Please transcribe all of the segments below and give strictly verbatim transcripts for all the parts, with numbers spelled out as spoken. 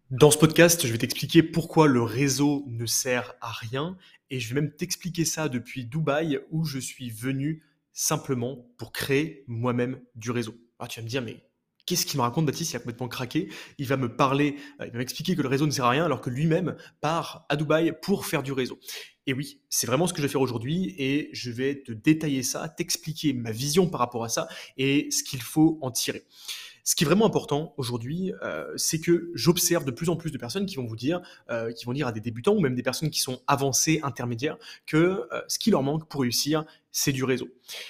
Dans ce podcast, je vais t'expliquer pourquoi le réseau ne sert à rien et je vais même t'expliquer ça depuis Dubaï où je suis venu simplement pour créer moi-même du réseau. Alors tu vas me dire, mais qu'est-ce qu'il me raconte, Baptiste? Il a complètement craqué. Il va me parler, euh, il va m'expliquer que le réseau ne sert à rien alors que lui-même part à Dubaï pour faire du réseau. Et oui, c'est vraiment ce que je vais faire aujourd'hui et je vais te détailler ça, t'expliquer ma vision par rapport à ça et ce qu'il faut en tirer. Ce qui est vraiment important aujourd'hui, euh, c'est que j'observe de plus en plus de personnes qui vont vous dire, euh, qui vont dire à des débutants ou même des personnes qui sont avancées, intermédiaires, que euh, ce qui leur manque pour réussir, c'est du réseau.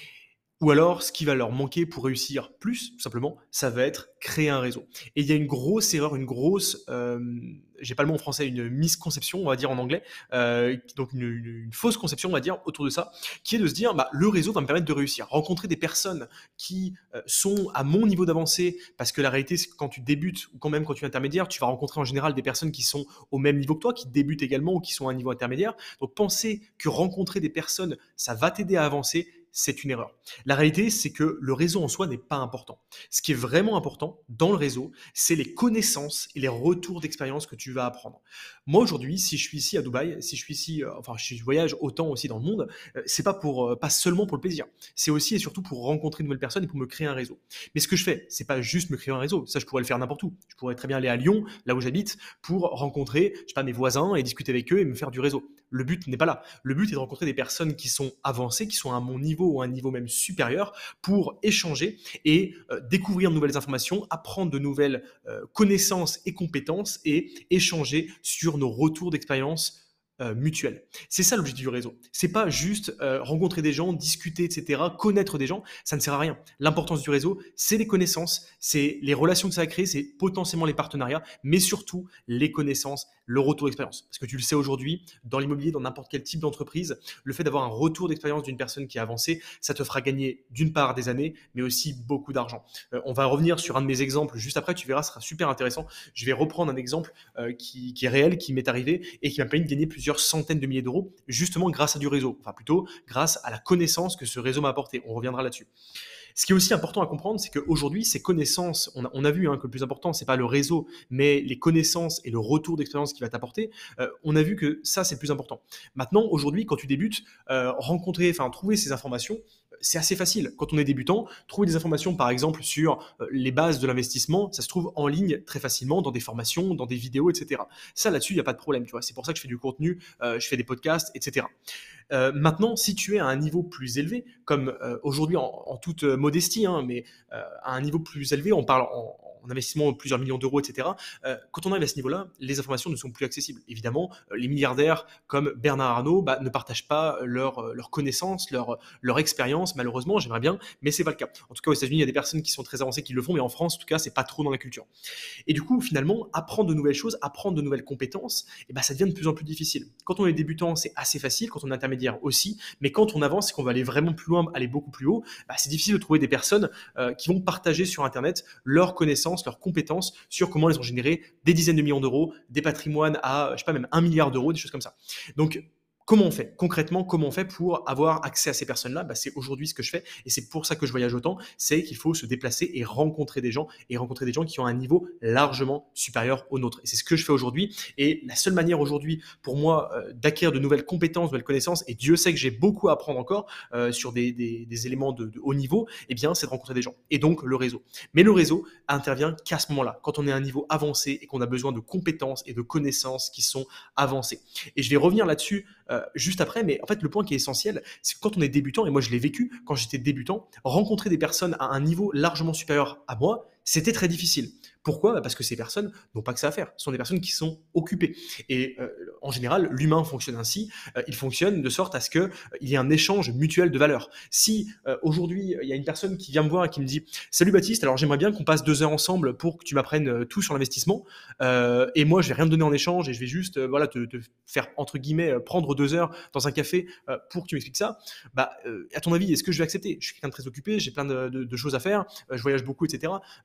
Ou alors, ce qui va leur manquer pour réussir plus, tout simplement, ça va être créer un réseau. Et il y a une grosse erreur, une grosse, euh, j'ai pas le mot en français, une misconception, on va dire en anglais, euh, donc une, une- une fausse conception, on va dire, autour de ça, qui est de se dire, bah, le réseau va me permettre de réussir. Rencontrer des personnes qui euh, sont à mon niveau d'avancée, parce que la réalité, c'est que quand tu débutes, ou quand même quand tu es intermédiaire, tu vas rencontrer en général des personnes qui sont au même niveau que toi, qui débutent également, ou qui sont à un niveau intermédiaire. Donc, penser que rencontrer des personnes, ça va t'aider à avancer, c'est une erreur. La réalité, c'est que le réseau en soi n'est pas important. Ce qui est vraiment important dans le réseau, c'est les connaissances et les retours d'expérience que tu vas apprendre. Moi, aujourd'hui, si je suis ici à Dubaï, si je suis ici, euh, enfin, je voyage autant aussi dans le monde, euh, c'est pas pour, euh, pas seulement pour le plaisir. C'est aussi et surtout pour rencontrer de nouvelles personnes et pour me créer un réseau. Mais ce que je fais, c'est pas juste me créer un réseau. Ça, je pourrais le faire n'importe où. Je pourrais très bien aller à Lyon, là où j'habite, pour rencontrer, je sais pas, mes voisins et discuter avec eux et me faire du réseau. Le but n'est pas là. Le but est de rencontrer des personnes qui sont avancées, qui sont à mon niveau ou à un niveau même supérieur pour échanger et euh, découvrir de nouvelles informations, apprendre de nouvelles euh, connaissances et compétences et échanger sur nos retours d'expérience euh, mutuels. C'est ça l'objectif du réseau. C'est pas juste euh, rencontrer des gens, discuter, et cetera, connaître des gens, ça ne sert à rien. L'importance du réseau, c'est les connaissances, c'est les relations que ça va créer, c'est potentiellement les partenariats, mais surtout les connaissances, le retour d'expérience. Parce que tu le sais aujourd'hui, dans l'immobilier, dans n'importe quel type d'entreprise, le fait d'avoir un retour d'expérience d'une personne qui a avancé, ça te fera gagner d'une part des années, mais aussi beaucoup d'argent. Euh, on va revenir sur un de mes exemples juste après, tu verras, ce sera super intéressant. Je vais reprendre un exemple euh, qui, qui est réel, qui m'est arrivé et qui m'a permis de gagner plusieurs centaines de milliers d'euros, justement grâce à du réseau, enfin plutôt grâce à la connaissance que ce réseau m'a apporté. On reviendra là-dessus. Ce qui est aussi important à comprendre, c'est qu'aujourd'hui, ces connaissances, on a, on a vu hein, que le plus important, c'est pas le réseau, mais les connaissances et le retour d'expérience qu'il va t'apporter. Euh, on a vu que ça, c'est le plus important. Maintenant, aujourd'hui, quand tu débutes, euh, rencontrer, enfin, trouver ces informations, c'est assez facile. Quand on est débutant, trouver des informations, par exemple, sur euh, les bases de l'investissement, ça se trouve en ligne très facilement, dans des formations, dans des vidéos, et cetera. Ça, là-dessus, il n'y a pas de problème, tu vois. C'est pour ça que je fais du contenu, euh, je fais des podcasts, et cetera. Euh, maintenant, si tu es à un niveau plus élevé, comme euh, aujourd'hui en, en toute euh, modestie, hein, mais euh, à un niveau plus élevé, on parle en, en investissement de plusieurs millions d'euros, et cetera. Euh, quand on arrive à ce niveau-là, les informations ne sont plus accessibles. Évidemment, euh, les milliardaires comme Bernard Arnault bah, ne partagent pas leurs euh, leur connaissances, leur, leur expérience, malheureusement, j'aimerais bien, mais c'est pas le cas. En tout cas, aux États-Unis, il y a des personnes qui sont très avancées qui le font, mais en France, en tout cas, c'est pas trop dans la culture. Et du coup, finalement, apprendre de nouvelles choses, apprendre de nouvelles compétences, et ben, ça devient de plus en plus difficile. Quand on est débutant, c'est assez facile, quand on est intermédiaire aussi, mais quand on avance et qu'on va aller vraiment plus loin, aller beaucoup plus haut, bah, c'est difficile de trouver des personnes euh, qui vont partager sur Internet leurs connaissances, leurs compétences sur comment elles ont généré des dizaines de millions d'euros, des patrimoines à, je sais pas, même un milliard d'euros, des choses comme ça. Donc, comment on fait concrètement? Comment on fait pour avoir accès à ces personnes-là? Bah, c'est aujourd'hui ce que je fais et c'est pour ça que je voyage autant. C'est qu'il faut se déplacer et rencontrer des gens et rencontrer des gens qui ont un niveau largement supérieur au nôtre. Et c'est ce que je fais aujourd'hui. Et la seule manière aujourd'hui pour moi euh, d'acquérir de nouvelles compétences, de nouvelles connaissances, et Dieu sait que j'ai beaucoup à apprendre encore euh, sur des, des, des éléments de, de haut niveau, eh bien, c'est de rencontrer des gens. Et donc le réseau. Mais le réseau intervient qu'à ce moment-là, quand on est à un niveau avancé et qu'on a besoin de compétences et de connaissances qui sont avancées. Et je vais revenir là-dessus euh, juste après, mais en fait, le point qui est essentiel, c'est que quand on est débutant, et moi je l'ai vécu quand j'étais débutant, rencontrer des personnes à un niveau largement supérieur à moi, c'était très difficile. Pourquoi? Bah, parce que ces personnes n'ont pas que ça à faire. Ce sont des personnes qui sont occupées. Et euh, en général, l'humain fonctionne ainsi. Euh, il fonctionne de sorte à ce qu'il euh, y ait un échange mutuel de valeurs. Si euh, aujourd'hui, il y a une personne qui vient me voir et qui me dit «Salut Baptiste, alors j'aimerais bien qu'on passe deux heures ensemble pour que tu m'apprennes euh, tout sur l'investissement. Euh, et moi, je vais rien te donner en échange et je vais juste euh, voilà, te, te faire, entre guillemets, euh, prendre deux heures dans un café euh, pour que tu m'expliques ça», bah, euh, à ton avis, est-ce que je vais accepter? Je suis quelqu'un de très occupé, j'ai plein de, de, de choses à faire, euh, je voyage beaucoup, et cetera. Euh,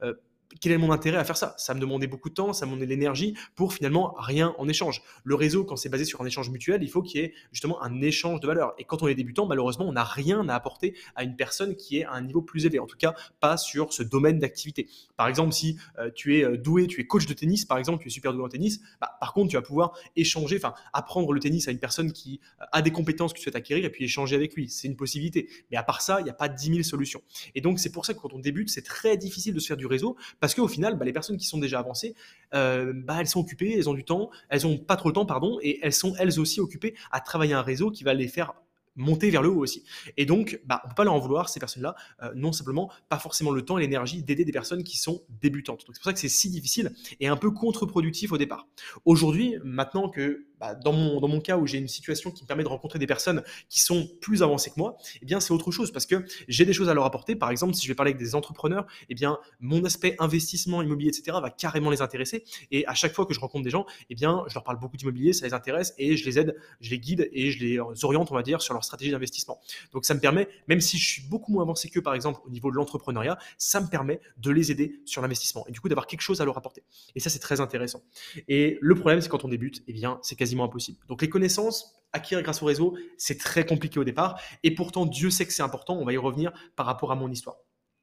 quel est mon intérêt à faire ça? Ça me demandait beaucoup de temps, ça me demandait de l'énergie pour finalement rien en échange. Le réseau, quand c'est basé sur un échange mutuel, il faut qu'il y ait justement un échange de valeur. Et quand on est débutant, malheureusement, on n'a rien à apporter à une personne qui est à un niveau plus élevé. En tout cas, pas sur ce domaine d'activité. Par exemple, si euh, tu es euh, doué, tu es coach de tennis, par exemple, tu es super doué en tennis, bah, par contre, tu vas pouvoir échanger, enfin, apprendre le tennis à une personne qui euh, a des compétences que tu souhaites acquérir et puis échanger avec lui. C'est une possibilité. Mais à part ça, il n'y a pas dix mille solutions. Et donc, c'est pour ça que quand on débute, c'est très difficile de se faire du réseau parce qu'au final, bah, les personnes qui sont déjà avancées, euh, bah, elles sont occupées, elles ont du temps, elles ont pas trop le temps, pardon, et elles sont elles aussi occupées à travailler un réseau qui va les faire monter vers le haut aussi. Et donc, bah, on ne peut pas leur en vouloir, ces personnes-là, euh, non simplement pas forcément le temps et l'énergie d'aider des personnes qui sont débutantes. Donc c'est pour ça que c'est si difficile et un peu contre-productif au départ. Aujourd'hui, maintenant que bah, dans, mon, dans mon cas où j'ai une situation qui me permet de rencontrer des personnes qui sont plus avancées que moi, eh bien c'est autre chose parce que j'ai des choses à leur apporter. Par exemple, si je vais parler avec des entrepreneurs, eh bien mon aspect investissement immobilier, et cetera va carrément les intéresser. Et à chaque fois que je rencontre des gens, eh bien je leur parle beaucoup d'immobilier, ça les intéresse et je les aide, je les guide et je les oriente, on va dire, sur leur stratégie d'investissement. Donc ça me permet, même si je suis beaucoup moins avancé qu'eux par exemple au niveau de l'entrepreneuriat, ça me permet de les aider sur l'investissement et du coup d'avoir quelque chose à leur apporter. Et ça c'est très intéressant. Et le problème c'est quand on débute, eh bien c'est quasiment impossible. Donc les connaissances acquises grâce au réseau, c'est très compliqué au départ et pourtant Dieu sait que c'est important, on va y revenir par rapport à mon histoire.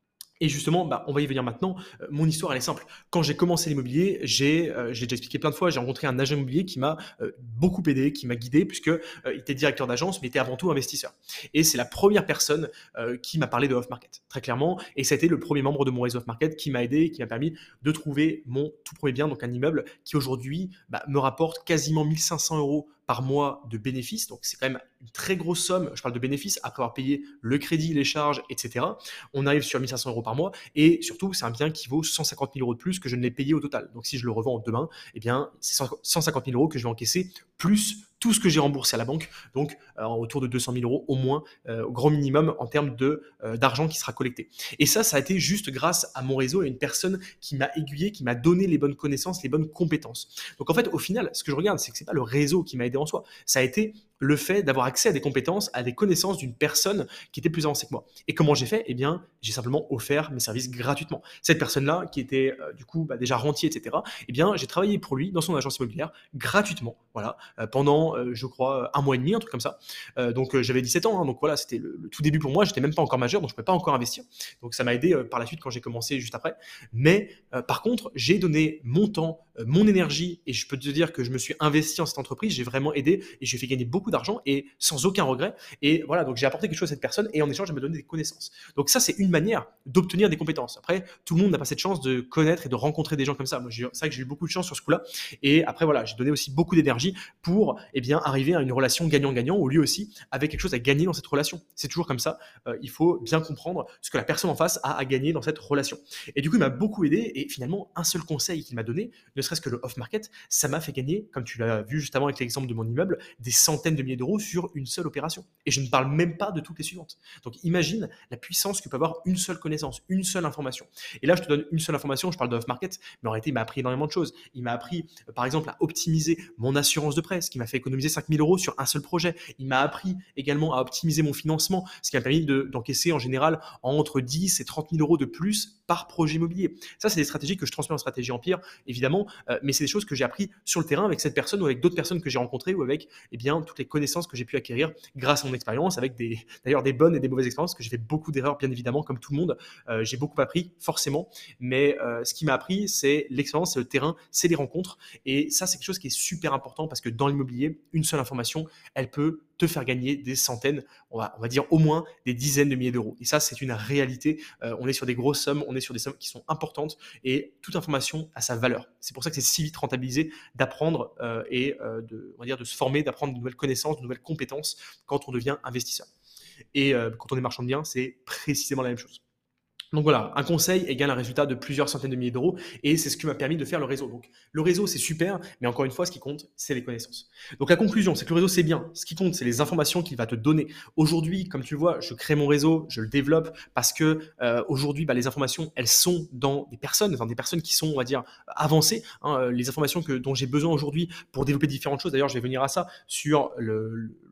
Et justement, bah, on va y venir maintenant. Euh, mon histoire, elle est simple. Quand j'ai commencé l'immobilier, j'ai, euh, je l'ai déjà expliqué plein de fois, j'ai rencontré un agent immobilier qui m'a euh, beaucoup aidé, qui m'a guidé, puisque euh, il était directeur d'agence, mais était avant tout investisseur. Et c'est la première personne euh, qui m'a parlé de off-market, très clairement. Et ça a été le premier membre de mon réseau off-market qui m'a aidé, qui m'a permis de trouver mon tout premier bien, donc un immeuble qui aujourd'hui bah, me rapporte quasiment mille cinq cents euros par mois de bénéfices. Donc c'est quand même une très grosse somme. Je parle de bénéfices après avoir payé le crédit, les charges, et cetera. On arrive sur mille cinq cents euros par mois et surtout c'est un bien qui vaut cent cinquante mille euros de plus que je ne l'ai payé au total. Donc si je le revends demain, eh bien c'est cent cinquante mille euros que je vais encaisser plus tout ce que j'ai remboursé à la banque, donc euh, autour de deux cent mille euros au moins, euh, au grand minimum en termes de, euh, d'argent qui sera collecté. Et ça, ça a été juste grâce à mon réseau et à une personne qui m'a aiguillé, qui m'a donné les bonnes connaissances, les bonnes compétences. Donc en fait, au final, ce que je regarde, c'est que c'est pas le réseau qui m'a aidé en soi, ça a été le fait d'avoir accès à des compétences, à des connaissances d'une personne qui était plus avancée que moi. Et comment j'ai fait? Eh bien, j'ai simplement offert mes services gratuitement. Cette personne-là, qui était euh, du coup bah, déjà rentier, et cetera, eh bien, j'ai travaillé pour lui dans son agence immobilière gratuitement, voilà, euh, pendant, euh, je crois, un mois et demi, un truc comme ça. Euh, donc, euh, j'avais dix-sept ans, hein, donc voilà, c'était le, le tout début pour moi. J'étais même pas encore majeur, donc je ne pouvais pas encore investir. Donc, ça m'a aidé euh, par la suite quand j'ai commencé juste après. Mais euh, par contre, j'ai donné mon temps, euh, mon énergie, et je peux te dire que je me suis investi en cette entreprise. J'ai vraiment aidé et j'ai fait gagner beaucoup d'argent et sans aucun regret. Et voilà, donc j'ai apporté quelque chose à cette personne et en échange, elle m'a donné des connaissances. Donc ça, c'est une manière d'obtenir des compétences. Après, tout le monde n'a pas cette chance de connaître et de rencontrer des gens comme ça. Moi, c'est vrai que j'ai eu beaucoup de chance sur ce coup-là. Et après, voilà, j'ai donné aussi beaucoup d'énergie pour eh bien, arriver à une relation gagnant-gagnant où lui aussi avait quelque chose à gagner dans cette relation. C'est toujours comme ça. Euh, il faut bien comprendre ce que la personne en face a à gagner dans cette relation. Et du coup, il m'a beaucoup aidé et finalement, un seul conseil qu'il m'a donné, ne serait-ce que le off-market, ça m'a fait gagner, comme tu l'as vu juste avant avec l'exemple de mon immeuble, des centaines de milliers d'euros sur une seule opération. Et je ne parle même pas de toutes les suivantes. Donc imagine la puissance que peut avoir une seule connaissance, une seule information. Et là, je te donne une seule information, je parle de off-market, mais en réalité, il m'a appris énormément de choses. Il m'a appris, euh, par exemple, à optimiser mon assurance de prêt, ce qui m'a fait économiser cinq mille euros sur un seul projet. Il m'a appris également à optimiser mon financement, ce qui m'a permis de, d'encaisser en général entre dix et trente mille euros de plus par projet immobilier. Ça, c'est des stratégies que je transmets en stratégie Empire, évidemment, euh, mais c'est des choses que j'ai appris sur le terrain avec cette personne ou avec d'autres personnes que j'ai rencontrées ou avec eh bien, toutes les connaissances que j'ai pu acquérir grâce à mon expérience, avec des, d'ailleurs des bonnes et des mauvaises expériences, que j'ai fait beaucoup d'erreurs, bien évidemment, comme tout le monde. Euh, j'ai beaucoup appris, forcément, mais euh, ce qui m'a appris, c'est l'expérience, c'est le terrain, c'est les rencontres. Et ça, c'est quelque chose qui est super important parce que dans l'immobilier, une seule information, elle peut te faire gagner des centaines, on va, on va dire au moins des dizaines de milliers d'euros. Et ça, c'est une réalité. Euh, on est sur des grosses sommes, on est sur des sommes qui sont importantes et toute information a sa valeur. C'est pour ça que c'est si vite rentabilisé d'apprendre euh, et euh, de, on va dire, de se former, d'apprendre de nouvelles connaissances, de nouvelles compétences quand on devient investisseur. Et euh, quand on est marchand de biens, c'est précisément la même chose. Donc voilà, un conseil égale un résultat de plusieurs centaines de milliers d'euros et c'est ce qui m'a permis de faire le réseau. Donc le réseau, c'est super, mais encore une fois, ce qui compte, c'est les connaissances. Donc la conclusion, c'est que le réseau, c'est bien. Ce qui compte, c'est les informations qu'il va te donner. Aujourd'hui, comme tu le vois, je crée mon réseau, je le développe parce que euh, aujourd'hui, bah, les informations, elles sont dans des personnes, dans des personnes qui sont, on va dire, avancées. Hein, les informations que, dont j'ai besoin aujourd'hui pour développer différentes choses. D'ailleurs, je vais venir à ça sur le,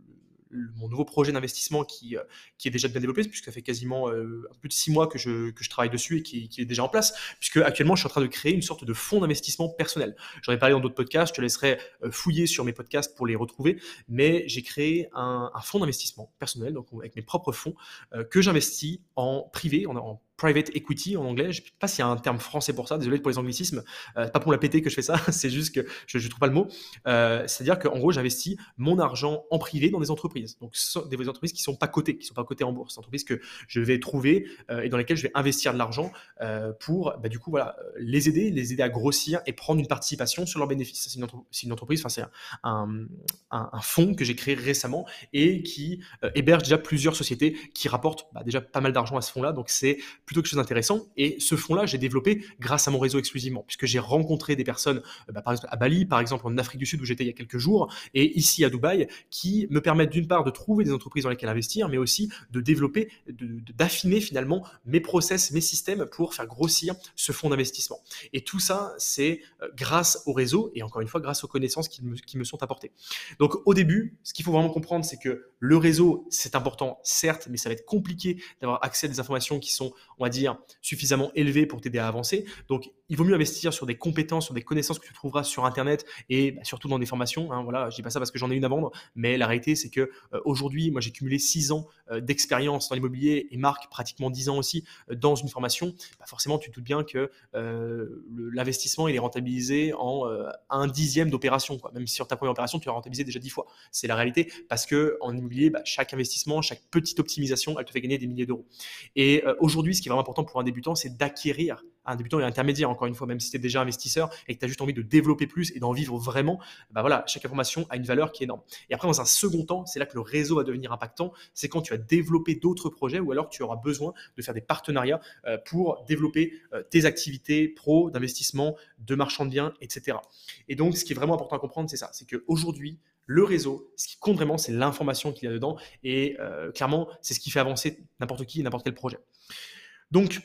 le- mon nouveau projet d'investissement qui, euh, qui est déjà bien développé, puisque ça fait quasiment euh, un peu plus de six mois que je, que je travaille dessus et qui, qui est déjà en place, puisque actuellement je suis en train de créer une sorte de fonds d'investissement personnel. J'en ai parlé dans d'autres podcasts, je te laisserai euh, fouiller sur mes podcasts pour les retrouver, mais j'ai créé un, un fonds d'investissement personnel, donc avec mes propres fonds, euh, que j'investis en privé, en, en private equity en anglais. Je ne sais pas s'il y a un terme français pour ça, désolé pour les anglicismes, euh, c'est pas pour la péter que je fais ça, c'est juste que je ne trouve pas le mot. Euh, c'est-à-dire qu'en gros, j'investis mon argent en privé dans des entreprises, donc so- des entreprises qui ne sont pas cotées, qui ne sont pas cotées en bourse, des entreprises que je vais trouver euh, et dans lesquelles je vais investir de l'argent euh, pour bah, du coup voilà, euh, les aider, les aider à grossir et prendre une participation sur leurs bénéfices. Ça, c'est une, entre- c'est une entreprise, enfin c'est un, un, un- un fonds que j'ai créé récemment et qui euh, héberge déjà plusieurs sociétés qui rapportent bah, déjà pas mal d'argent à ce fonds-là, donc c'est plutôt quelque chose d'intéressant. Et ce fonds-là, j'ai développé grâce à mon réseau exclusivement, puisque j'ai rencontré des personnes, euh, bah, par exemple à Bali, par exemple en Afrique du Sud où j'étais il y a quelques jours, et ici à Dubaï, qui me permettent d'une part de trouver des entreprises dans lesquelles investir, mais aussi de développer, de- de- d'affiner finalement mes process, mes systèmes pour faire grossir ce fonds d'investissement. Et tout ça, c'est euh, grâce au réseau et encore une fois grâce aux connaissances qui me, qui me sont apportées. Donc au début, ce qu'il faut vraiment comprendre, c'est que le réseau, c'est important, certes, mais ça va être compliqué d'avoir accès à des informations qui sont, on va dire, suffisamment élevées pour t'aider à avancer. Donc il vaut mieux investir sur des compétences, sur des connaissances que tu trouveras sur Internet et bah, surtout dans des formations. Hein, voilà, je dis pas ça parce que j'en ai une à vendre, mais la réalité, c'est que euh, aujourd'hui, moi, j'ai cumulé six ans euh, d'expérience dans l'immobilier et Marc pratiquement dix ans aussi euh, dans une formation. Bah, forcément, tu te doutes bien que euh, le- l'investissement, il est rentabilisé en euh, un dixième d'opération, quoi. Même si sur ta première opération, tu l'as rentabilisé déjà dix fois. C'est la réalité parce que en immobilier, bah, chaque investissement, chaque petite optimisation, elle te fait gagner des milliers d'euros. Et euh, aujourd'hui, ce qui est vraiment important pour un débutant, c'est d'acquérir un débutant et intermédiaire, encore une fois, même si tu es déjà investisseur et que tu as juste envie de développer plus et d'en vivre vraiment, bah voilà, chaque information a une valeur qui est énorme. Et après, dans un second temps, c'est là que le réseau va devenir impactant, c'est quand tu vas développer d'autres projets ou alors tu auras besoin de faire des partenariats euh, pour développer euh, tes activités pro, d'investissement, de marchand de biens, et cetera. Et donc, ce qui est vraiment important à comprendre, c'est ça, c'est qu'aujourd'hui, le réseau, ce qui compte vraiment, c'est l'information qu'il y a dedans. Et euh, clairement, c'est ce qui fait avancer n'importe qui et n'importe quel projet. Donc,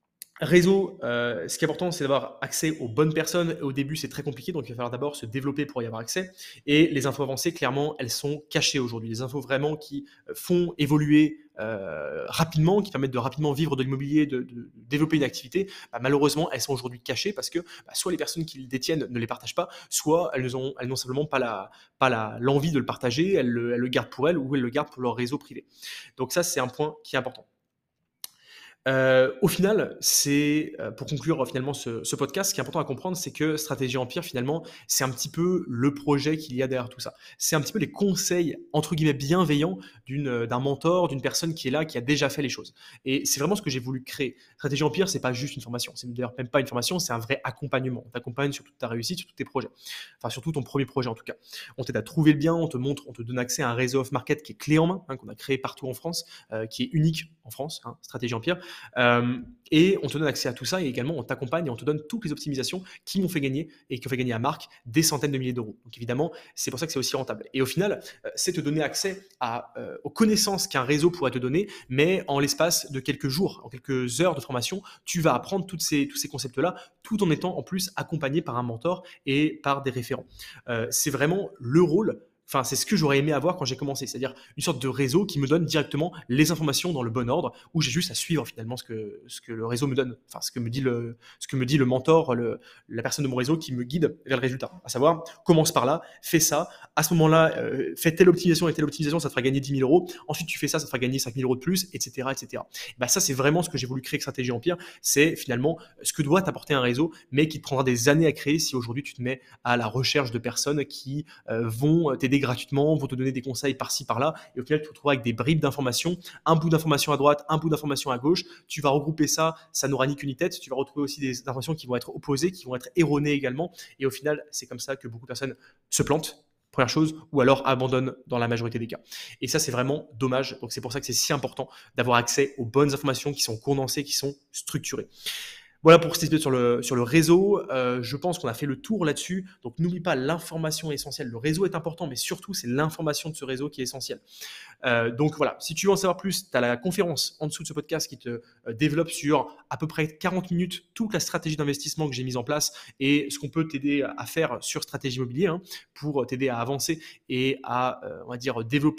réseau, euh, ce qui est important, c'est d'avoir accès aux bonnes personnes. Au début, c'est très compliqué, donc il va falloir d'abord se développer pour y avoir accès. Et les infos avancées, clairement, elles sont cachées aujourd'hui. Les infos vraiment qui euh, font évoluer euh, rapidement, qui permettent de rapidement vivre de l'immobilier, de, de- de développer une activité, bah, malheureusement, elles sont aujourd'hui cachées parce que bah, soit les personnes qui le détiennent ne les partagent pas, soit elles n'ont elles n'ont simplement pas la, pas la, l'envie de le partager, elles le, elles le gardent pour elles ou elles le gardent pour leur réseau privé. Donc ça, c'est un point qui est important. Euh, au final, c'est euh, pour conclure finalement ce, ce podcast, ce qui est important à comprendre, c'est que Stratégie Empire, finalement, c'est un petit peu le projet qu'il y a derrière tout ça. C'est un petit peu les conseils, entre guillemets, bienveillants d'une, euh, d'un mentor, d'une personne qui est là, qui a déjà fait les choses. Et c'est vraiment ce que j'ai voulu créer. Stratégie Empire, c'est pas juste une formation. C'est d'ailleurs même pas une formation, c'est un vrai accompagnement. On t'accompagne sur toute ta réussite, sur tous tes projets. Enfin, surtout ton premier projet en tout cas. On t'aide à trouver le bien, on te montre, on te donne accès à un réseau off-market qui est clé en main, hein, qu'on a créé partout en France, euh, qui est unique en France, hein, Stratégie Empire. Euh, et on te donne accès à tout ça et également on t'accompagne et on te donne toutes les optimisations qui m'ont fait gagner et qui ont fait gagner à Marc des centaines de milliers d'euros. Donc évidemment, c'est pour ça que c'est aussi rentable. Et au final, euh, c'est te donner accès à, euh, aux connaissances qu'un réseau pourrait te donner, mais en l'espace de quelques jours, en quelques heures de formation, tu vas apprendre toutes ces, tous ces concepts-là, tout en étant en plus accompagné par un mentor et par des référents. Euh, c'est vraiment le rôle. Enfin, c'est ce que j'aurais aimé avoir quand j'ai commencé, c'est-à-dire une sorte de réseau qui me donne directement les informations dans le bon ordre, où j'ai juste à suivre finalement ce que, ce que le réseau me donne, enfin ce que me dit le, ce que me dit le mentor, le, la personne de mon réseau qui me guide vers le résultat. À savoir, commence par là, fais ça, à ce moment-là, euh, fais telle optimisation et telle optimisation, ça te fera gagner dix mille euros, ensuite tu fais ça, ça te fera gagner cinq mille euros de plus, et cetera et cetera. Bah, ça, c'est vraiment ce que j'ai voulu créer avec Stratégie Empire, c'est finalement ce que doit t'apporter un réseau, mais qui te prendra des années à créer si aujourd'hui tu te mets à la recherche de personnes qui euh, vont t'aider gratuitement, vont te donner des conseils par-ci, par-là, et au final, tu te retrouveras avec des bribes d'informations, un bout d'information à droite, un bout d'information à gauche, tu vas regrouper ça, ça n'aura ni queue ni tête, tu vas retrouver aussi des informations qui vont être opposées, qui vont être erronées également, et au final, c'est comme ça que beaucoup de personnes se plantent, première chose, ou alors abandonnent dans la majorité des cas. Et ça, c'est vraiment dommage, donc c'est pour ça que c'est si important d'avoir accès aux bonnes informations qui sont condensées, qui sont structurées. Voilà pour cet épisode sur le, sur le réseau. Euh, je pense qu'on a fait le tour là-dessus. Donc n'oublie pas, l'information est essentielle. Le réseau est important, mais surtout, c'est l'information de ce réseau qui est essentielle. Euh, donc voilà, si tu veux en savoir plus, tu as la conférence en dessous de ce podcast qui te euh, développe sur à peu près quarante minutes toute la stratégie d'investissement que j'ai mise en place et ce qu'on peut t'aider à faire sur stratégie immobilière, hein, pour t'aider à avancer et à, euh, on va dire, développer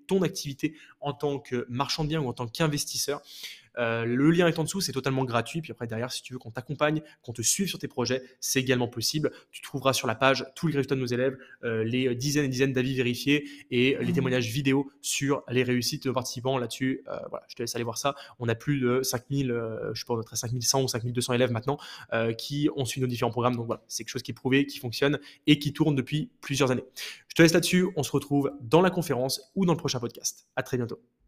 ton activité en tant que marchand de biens ou en tant qu'investisseur. Euh, le lien est en dessous, c'est totalement gratuit. Puis après, derrière, si tu veux qu'on t'accompagne, qu'on te suive sur tes projets, c'est également possible. Tu trouveras sur la page tous les résultats de nos élèves, euh, les dizaines et dizaines d'avis vérifiés et les témoignages vidéo sur les réussites de nos participants. Là-dessus, euh, voilà, je te laisse aller voir ça. On a plus de cinq mille, euh, je sais pas, on est à cinq mille cent ou cinq mille deux cents élèves maintenant euh, qui ont suivi nos différents programmes. Donc voilà, c'est quelque chose qui est prouvé, qui fonctionne et qui tourne depuis plusieurs années. Je te laisse là-dessus. On se retrouve dans la conférence ou dans le prochain podcast. À très bientôt.